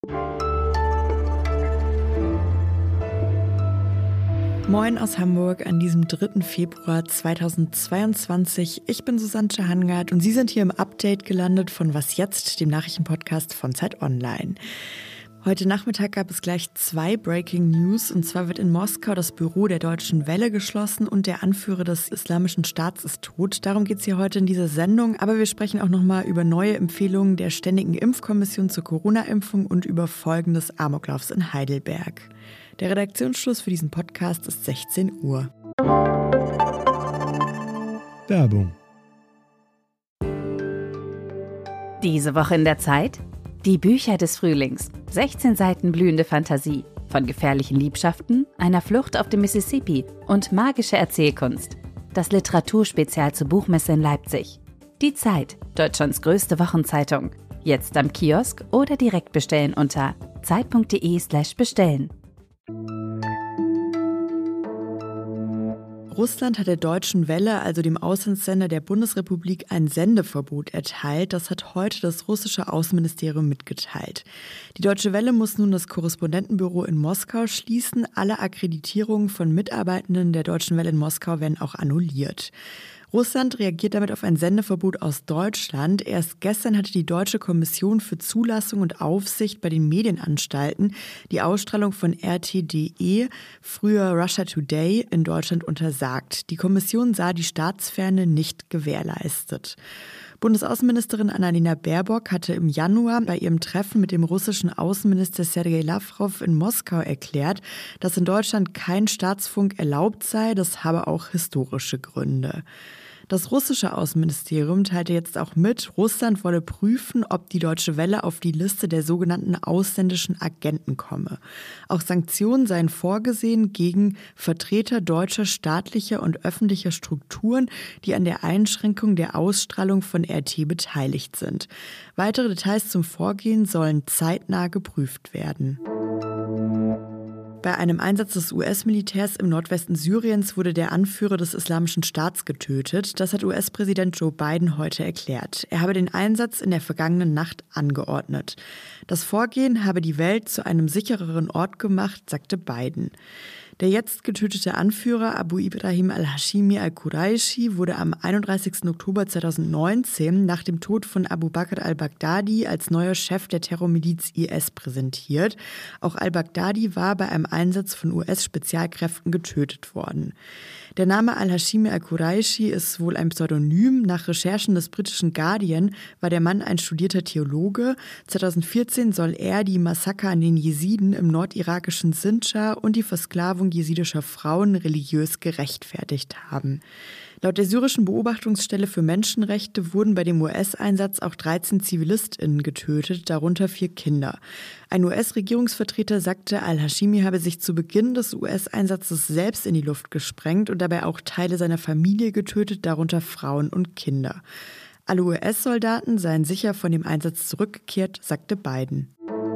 Moin aus Hamburg an diesem 3. Februar 2022. Ich bin Susanne Hangard und Sie sind hier im Update gelandet von Was Jetzt, dem Nachrichtenpodcast von Zeit Online. Heute Nachmittag gab es gleich 2 Breaking News, und zwar wird in Moskau das Büro der Deutschen Welle geschlossen und der Anführer des Islamischen Staats ist tot. Darum geht es hier heute in dieser Sendung, aber wir sprechen auch nochmal über neue Empfehlungen der Ständigen Impfkommission zur Corona-Impfung und über Folgen des Amoklaufs in Heidelberg. Der Redaktionsschluss für diesen Podcast ist 16 Uhr. Werbung. Diese Woche in der Zeit? Die Bücher des Frühlings. 16 Seiten blühende Fantasie. Von gefährlichen Liebschaften, einer Flucht auf dem Mississippi und magische Erzählkunst. Das Literaturspezial zur Buchmesse in Leipzig. Die Zeit, Deutschlands größte Wochenzeitung. Jetzt am Kiosk oder direkt bestellen unter zeit.de/bestellen. Russland hat der Deutschen Welle, also dem Auslandssender der Bundesrepublik, ein Sendeverbot erteilt. Das hat heute das russische Außenministerium mitgeteilt. Die Deutsche Welle muss nun das Korrespondentenbüro in Moskau schließen. Alle Akkreditierungen von Mitarbeitenden der Deutschen Welle in Moskau werden auch annulliert. Russland reagiert damit auf ein Sendeverbot aus Deutschland. Erst gestern hatte die Deutsche Kommission für Zulassung und Aufsicht bei den Medienanstalten die Ausstrahlung von RT.de, früher Russia Today, in Deutschland untersagt. Die Kommission sah die Staatsferne nicht gewährleistet. Bundesaußenministerin Annalena Baerbock hatte im Januar bei ihrem Treffen mit dem russischen Außenminister Sergei Lavrov in Moskau erklärt, dass in Deutschland kein Staatsfunk erlaubt sei. Das habe auch historische Gründe. Das russische Außenministerium teilte jetzt auch mit, Russland wolle prüfen, ob die Deutsche Welle auf die Liste der sogenannten ausländischen Agenten komme. Auch Sanktionen seien vorgesehen gegen Vertreter deutscher staatlicher und öffentlicher Strukturen, die an der Einschränkung der Ausstrahlung von RT beteiligt sind. Weitere Details zum Vorgehen sollen zeitnah geprüft werden. Bei einem Einsatz des US-Militärs im Nordwesten Syriens wurde der Anführer des Islamischen Staats getötet. Das hat US-Präsident Joe Biden heute erklärt. Er habe den Einsatz in der vergangenen Nacht angeordnet. Das Vorgehen habe die Welt zu einem sichereren Ort gemacht, sagte Biden. Der jetzt getötete Anführer Abu Ibrahim al-Hashimi al-Quraishi wurde am 31. Oktober 2019 nach dem Tod von Abu Bakr al-Baghdadi als neuer Chef der Terrormiliz IS präsentiert. Auch al-Baghdadi war bei einem Einsatz von US-Spezialkräften getötet worden. Der Name al-Hashimi al-Quraishi ist wohl ein Pseudonym. Nach Recherchen des britischen Guardian war der Mann ein studierter Theologe. 2014 soll er die Massaker an den Jesiden im nordirakischen Sindschar und die Versklavung jesidischer Frauen religiös gerechtfertigt haben. Laut der syrischen Beobachtungsstelle für Menschenrechte wurden bei dem US-Einsatz auch 13 ZivilistInnen getötet, darunter 4 Kinder. Ein US-Regierungsvertreter sagte, al-Hashimi habe sich zu Beginn des US-Einsatzes selbst in die Luft gesprengt und dabei auch Teile seiner Familie getötet, darunter Frauen und Kinder. Alle US-Soldaten seien sicher von dem Einsatz zurückgekehrt, sagte Biden.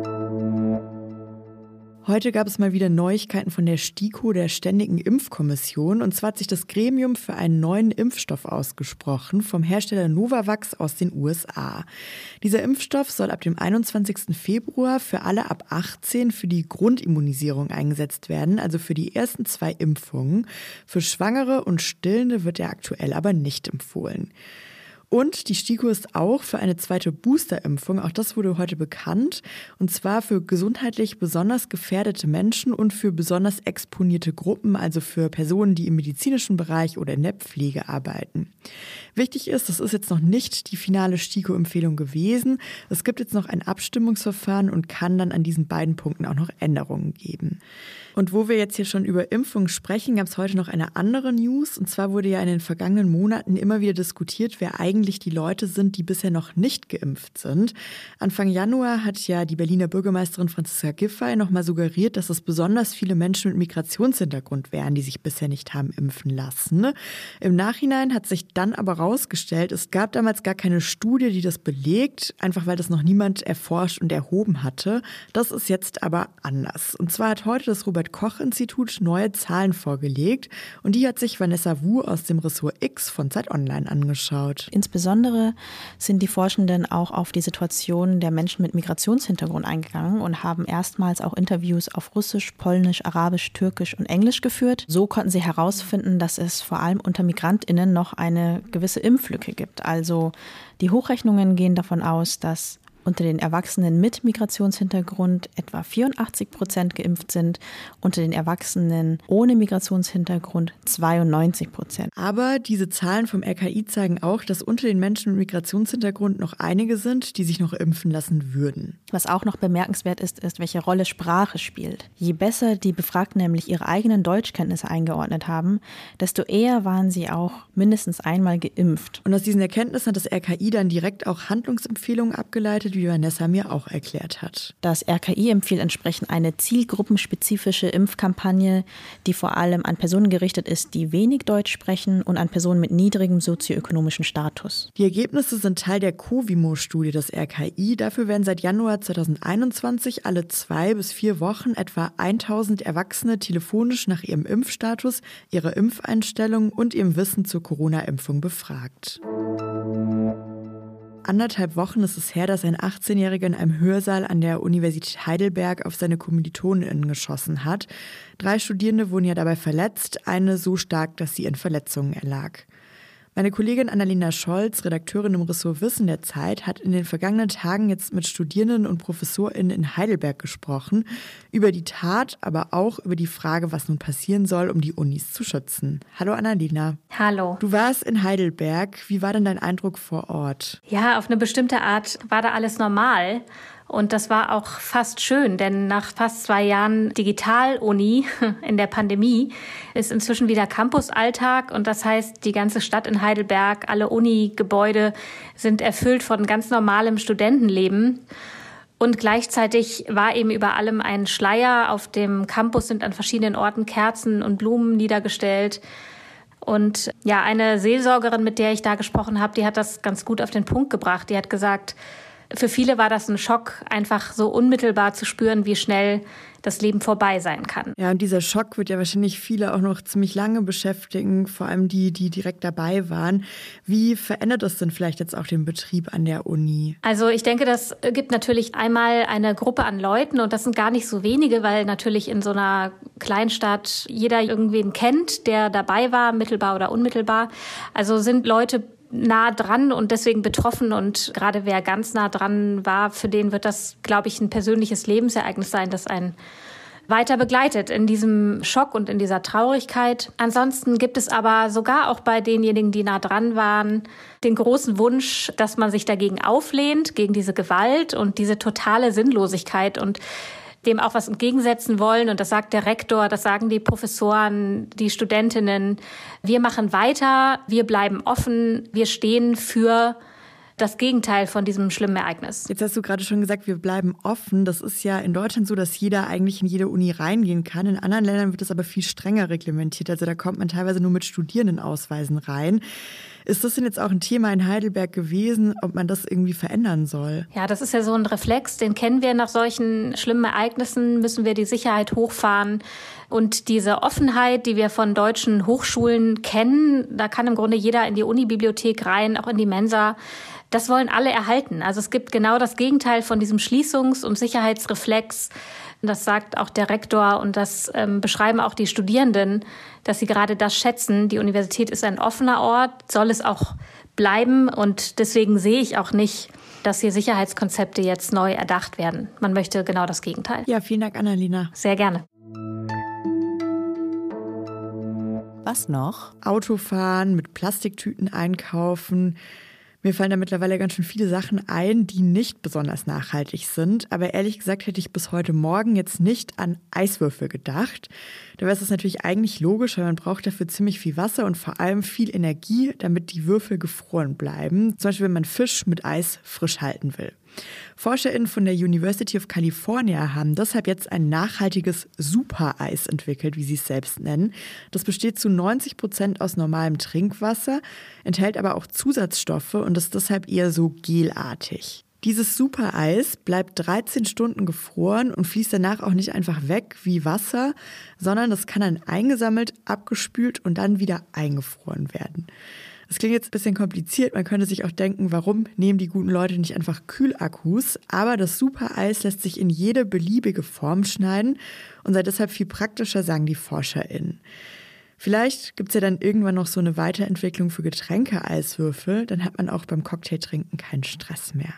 Heute gab es mal wieder Neuigkeiten von der STIKO, der Ständigen Impfkommission. Und zwar hat sich das Gremium für einen neuen Impfstoff ausgesprochen, vom Hersteller Novavax aus den USA. Dieser Impfstoff soll ab dem 21. Februar für alle ab 18 für die Grundimmunisierung eingesetzt werden, also für die ersten 2 Impfungen. Für Schwangere und Stillende wird er aktuell aber nicht empfohlen. Und die STIKO ist auch für eine zweite Boosterimpfung, auch das wurde heute bekannt, und zwar für gesundheitlich besonders gefährdete Menschen und für besonders exponierte Gruppen, also für Personen, die im medizinischen Bereich oder in der Pflege arbeiten. Wichtig ist, das ist jetzt noch nicht die finale STIKO-Empfehlung gewesen. Es gibt jetzt noch ein Abstimmungsverfahren und kann dann an diesen beiden Punkten auch noch Änderungen geben. Und wo wir jetzt hier schon über Impfungen sprechen, gab es heute noch eine andere News. Und zwar wurde ja in den vergangenen Monaten immer wieder diskutiert, wer eigentlich die Leute sind, die bisher noch nicht geimpft sind. Anfang Januar hat ja die Berliner Bürgermeisterin Franziska Giffey nochmal suggeriert, dass es besonders viele Menschen mit Migrationshintergrund wären, die sich bisher nicht haben impfen lassen. Im Nachhinein hat sich dann aber herausgestellt, es gab damals gar keine Studie, die das belegt, einfach weil das noch niemand erforscht und erhoben hatte. Das ist jetzt aber anders. Und zwar hat heute das Robert-Koch-Institut neue Zahlen vorgelegt und die hat sich Vanessa Wu aus dem Ressort X von Zeit Online angeschaut. Insbesondere Insbesondere sind die Forschenden auch auf die Situation der Menschen mit Migrationshintergrund eingegangen und haben erstmals auch Interviews auf Russisch, Polnisch, Arabisch, Türkisch und Englisch geführt. So konnten sie herausfinden, dass es vor allem unter MigrantInnen noch eine gewisse Impflücke gibt. Also die Hochrechnungen gehen davon aus, dass unter den Erwachsenen mit Migrationshintergrund etwa 84% geimpft sind, unter den Erwachsenen ohne Migrationshintergrund 92%. Aber diese Zahlen vom RKI zeigen auch, dass unter den Menschen mit Migrationshintergrund noch einige sind, die sich noch impfen lassen würden. Was auch noch bemerkenswert ist, welche Rolle Sprache spielt. Je besser die Befragten nämlich ihre eigenen Deutschkenntnisse eingeordnet haben, desto eher waren sie auch mindestens einmal geimpft. Und aus diesen Erkenntnissen hat das RKI dann direkt auch Handlungsempfehlungen abgeleitet, wie Vanessa mir auch erklärt hat. Das RKI empfiehlt entsprechend eine zielgruppenspezifische Impfkampagne, die vor allem an Personen gerichtet ist, die wenig Deutsch sprechen und an Personen mit niedrigem sozioökonomischen Status. Die Ergebnisse sind Teil der Covimo-Studie des RKI. Dafür werden seit Januar 2021 alle 2 bis 4 Wochen etwa 1000 Erwachsene telefonisch nach ihrem Impfstatus, ihrer Impfeinstellung und ihrem Wissen zur Corona-Impfung befragt. 1,5 Wochen ist es her, dass ein 18-Jähriger in einem Hörsaal an der Universität Heidelberg auf seine KommilitonInnen geschossen hat. 3 Studierende wurden ja dabei verletzt, eine so stark, dass sie in Verletzungen erlag. Meine Kollegin Annalena Scholz, Redakteurin im Ressort Wissen der Zeit, hat in den vergangenen Tagen jetzt mit Studierenden und ProfessorInnen in Heidelberg gesprochen, über die Tat, aber auch über die Frage, was nun passieren soll, um die Unis zu schützen. Hallo Annalena. Hallo. Du warst in Heidelberg. Wie war denn dein Eindruck vor Ort? Ja, auf eine bestimmte Art war da alles normal. Und das war auch fast schön, denn nach fast 2 Jahren Digital-Uni in der Pandemie ist inzwischen wieder Campusalltag. Und das heißt, die ganze Stadt in Heidelberg, alle Uni-Gebäude sind erfüllt von ganz normalem Studentenleben. Und gleichzeitig war eben über allem ein Schleier. Auf dem Campus sind an verschiedenen Orten Kerzen und Blumen niedergestellt. Und ja, eine Seelsorgerin, mit der ich da gesprochen habe, die hat das ganz gut auf den Punkt gebracht. Die hat gesagt, für viele war das ein Schock, einfach so unmittelbar zu spüren, wie schnell das Leben vorbei sein kann. Ja, und dieser Schock wird ja wahrscheinlich viele auch noch ziemlich lange beschäftigen, vor allem die direkt dabei waren. Wie verändert das denn vielleicht jetzt auch den Betrieb an der Uni? Also ich denke, das gibt natürlich einmal eine Gruppe an Leuten und das sind gar nicht so wenige, weil natürlich in so einer Kleinstadt jeder irgendwen kennt, der dabei war, mittelbar oder unmittelbar. Also sind Leute nah dran und deswegen betroffen und gerade wer ganz nah dran war, für den wird das, glaube ich, ein persönliches Lebensereignis sein, das einen weiter begleitet in diesem Schock und in dieser Traurigkeit. Ansonsten gibt es aber sogar auch bei denjenigen, die nah dran waren, den großen Wunsch, dass man sich dagegen auflehnt, gegen diese Gewalt und diese totale Sinnlosigkeit und dem auch was entgegensetzen wollen. Und das sagt der Rektor, das sagen die Professoren, die Studentinnen. Wir machen weiter, wir bleiben offen, wir stehen für das Gegenteil von diesem schlimmen Ereignis. Jetzt hast du gerade schon gesagt, wir bleiben offen. Das ist ja in Deutschland so, dass jeder eigentlich in jede Uni reingehen kann. In anderen Ländern wird das aber viel strenger reglementiert. Also da kommt man teilweise nur mit Studierendenausweisen rein. Ist das denn jetzt auch ein Thema in Heidelberg gewesen, ob man das irgendwie verändern soll? Ja, das ist ja so ein Reflex, den kennen wir nach solchen schlimmen Ereignissen, müssen wir die Sicherheit hochfahren. Und diese Offenheit, die wir von deutschen Hochschulen kennen, da kann im Grunde jeder in die Unibibliothek rein, auch in die Mensa. Das wollen alle erhalten. Also es gibt genau das Gegenteil von diesem Schließungs- und Sicherheitsreflex. Das sagt auch der Rektor und das beschreiben auch die Studierenden, dass sie gerade das schätzen. Die Universität ist ein offener Ort, soll es auch bleiben. Und deswegen sehe ich auch nicht, dass hier Sicherheitskonzepte jetzt neu erdacht werden. Man möchte genau das Gegenteil. Ja, vielen Dank, Annalena. Sehr gerne. Was noch? Autofahren, mit Plastiktüten einkaufen. Mir fallen da mittlerweile ganz schön viele Sachen ein, die nicht besonders nachhaltig sind. Aber ehrlich gesagt hätte ich bis heute Morgen jetzt nicht an Eiswürfel gedacht. Dabei ist es natürlich eigentlich logisch, weil man braucht dafür ziemlich viel Wasser und vor allem viel Energie, damit die Würfel gefroren bleiben. Zum Beispiel, wenn man Fisch mit Eis frisch halten will. ForscherInnen von der University of California haben deshalb jetzt ein nachhaltiges Supereis entwickelt, wie sie es selbst nennen. Das besteht zu 90% aus normalem Trinkwasser, enthält aber auch Zusatzstoffe und ist deshalb eher so gelartig. Dieses Supereis bleibt 13 Stunden gefroren und fließt danach auch nicht einfach weg wie Wasser, sondern das kann dann eingesammelt, abgespült und dann wieder eingefroren werden. Das klingt jetzt ein bisschen kompliziert. Man könnte sich auch denken, warum nehmen die guten Leute nicht einfach Kühlakkus? Aber das Super-Eis lässt sich in jede beliebige Form schneiden und sei deshalb viel praktischer, sagen die ForscherInnen. Vielleicht gibt es ja dann irgendwann noch so eine Weiterentwicklung für Getränke-Eiswürfel. Dann hat man auch beim Cocktailtrinken keinen Stress mehr.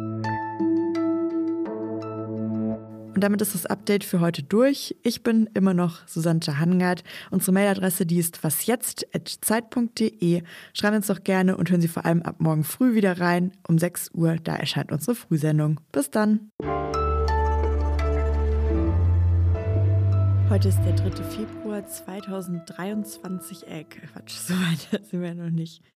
Und damit ist das Update für heute durch. Ich bin immer noch Susanne Hangard. Unsere Mailadresse, die ist wasjetzt@zeit.de. Schreiben uns doch gerne und hören Sie vor allem ab morgen früh wieder rein. Um 6 Uhr, da erscheint unsere Frühsendung. Bis dann. Heute ist der 3. Februar 2023. Quatsch, so weit sind wir noch nicht.